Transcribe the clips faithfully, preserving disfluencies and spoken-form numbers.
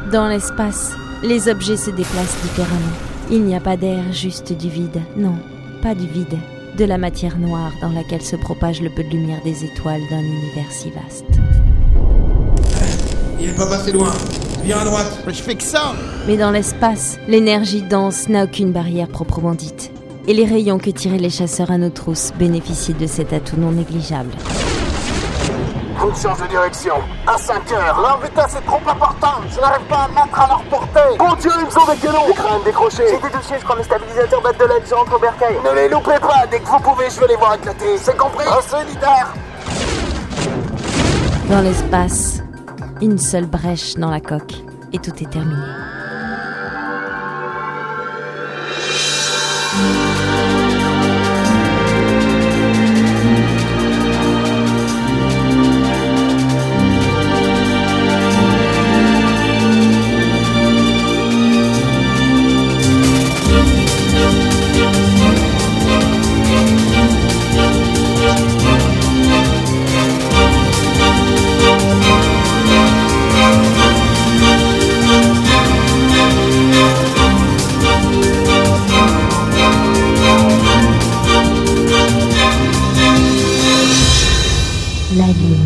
Dans l'espace, les objets se déplacent différemment. Il n'y a pas d'air, juste du vide. Non, pas du vide. De la matière noire dans laquelle se propage le peu de lumière des étoiles d'un univers si vaste. Il est pas passé loin. Viens à droite. Je fais que ça. Mais dans l'espace, l'énergie dense n'a aucune barrière proprement dite. Et les rayons que tiraient les chasseurs à nos trousses bénéficient de cet atout non négligeable. Route change de direction. À cinq heures. Leur vitesse est trop importante. Je n'arrive pas à mettre à leur portée. Bon Dieu, ils me sont des canons. Les crânes décrochés. J'ai des dossiers, je crois, mes stabilisateurs battent de l'aile, j'entre au bercail. Ne les loupez pas. Dès que vous pouvez, je veux les voir éclater. C'est compris? Un solitaire. Dans l'espace, une seule brèche dans la coque et tout est terminé. La ligne.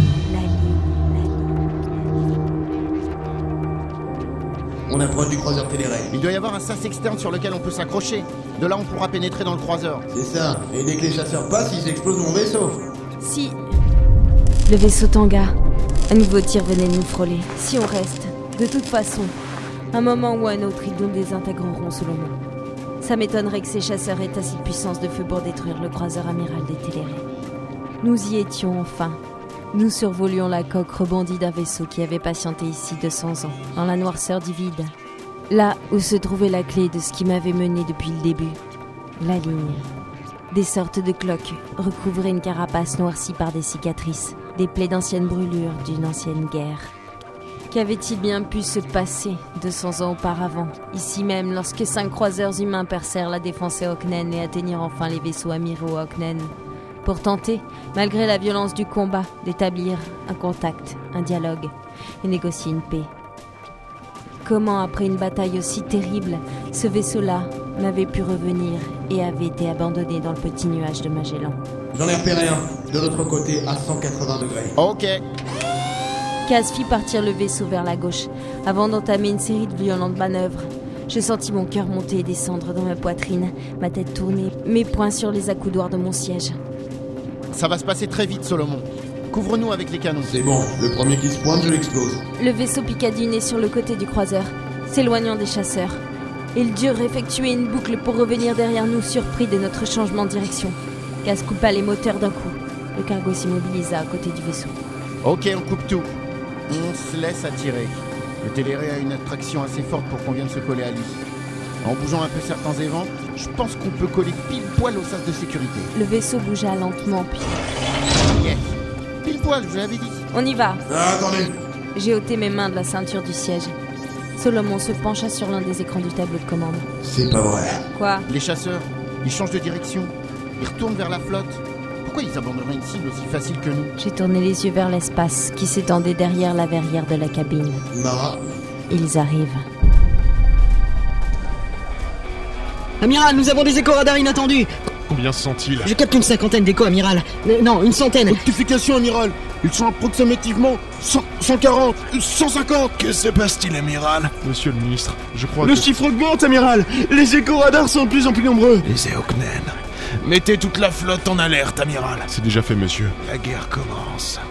On approche du croiseur Téléray. Il doit y avoir un sas externe sur lequel on peut s'accrocher. De là, on pourra pénétrer dans le croiseur. C'est ça. Et dès que les chasseurs passent, ils explosent mon vaisseau. Si le vaisseau Tanga, un nouveau tir venait de nous frôler. Si on reste, de toute façon, un moment ou un autre, ils nous désintégreront selon nous. Ça m'étonnerait que ces chasseurs aient assez de puissance de feu pour détruire le croiseur amiral des Téléray. Nous y étions enfin. Nous survolions la coque rebondie d'un vaisseau qui avait patienté ici deux cents ans, dans la noirceur du vide. Là où se trouvait la clé de ce qui m'avait mené depuis le début. La ligne. Des sortes de cloques recouvraient une carapace noircie par des cicatrices, des plaies d'anciennes brûlures d'une ancienne guerre. Qu'avait-il bien pu se passer deux cents ans auparavant, ici même, lorsque cinq croiseurs humains percèrent la défense à Oknen et atteignirent enfin les vaisseaux amiraux à Oknen, pour tenter, malgré la violence du combat, d'établir un contact, un dialogue et négocier une paix. Comment, après une bataille aussi terrible, ce vaisseau-là n'avait pu revenir et avait été abandonné dans le petit nuage de Magellan? J'en ai repéré un. De l'autre côté, à cent quatre-vingts degrés. Ok. Kaz fit partir le vaisseau vers la gauche, avant d'entamer une série de violentes manœuvres. Je sentis mon cœur monter et descendre dans ma poitrine, ma tête tournée, mes poings sur les accoudoirs de mon siège. Ça va se passer très vite, Solomon. Couvre-nous avec les canons. C'est bon. Le premier qui se pointe, je l'explose. Le vaisseau piqua du nez sur le côté du croiseur, s'éloignant des chasseurs. Ils durent effectuer une boucle pour revenir derrière nous, surpris de notre changement de direction. Kaz coupa les moteurs d'un coup. Le cargo s'immobilisa à côté du vaisseau. Ok, on coupe tout. On se laisse attirer. Le Téléray a une attraction assez forte pour qu'on vienne se coller à lui. En bougeant un peu certains évents, je pense qu'on peut coller pile poil au sas de sécurité. Le vaisseau bougea lentement, puis... Yes. Pile poil, je vous l'avais dit. On y va. Ah, attendez. J'ai ôté mes mains de la ceinture du siège. Solomon se pencha sur l'un des écrans du tableau de commande. C'est pas vrai. Quoi? Les chasseurs, ils changent de direction. Ils retournent vers la flotte. Pourquoi ils abandonneraient une cible aussi facile que nous? J'ai tourné les yeux vers l'espace qui s'étendait derrière la verrière de la cabine. Mara. Ils arrivent. Amiral, nous avons des échos radars inattendus. Combien sont-ils? Je capte une cinquantaine d'échos, amiral. Euh, non, une centaine. Rectification, amiral. Ils sont approximativement cent, cent quarante, cent cinquante. Que se passe-t-il, amiral? Monsieur le ministre, je crois Le que... chiffre augmente, amiral. Les échos radars sont de plus en plus nombreux. Les Eoknen. Mettez toute la flotte en alerte, amiral. C'est déjà fait, monsieur. La guerre commence.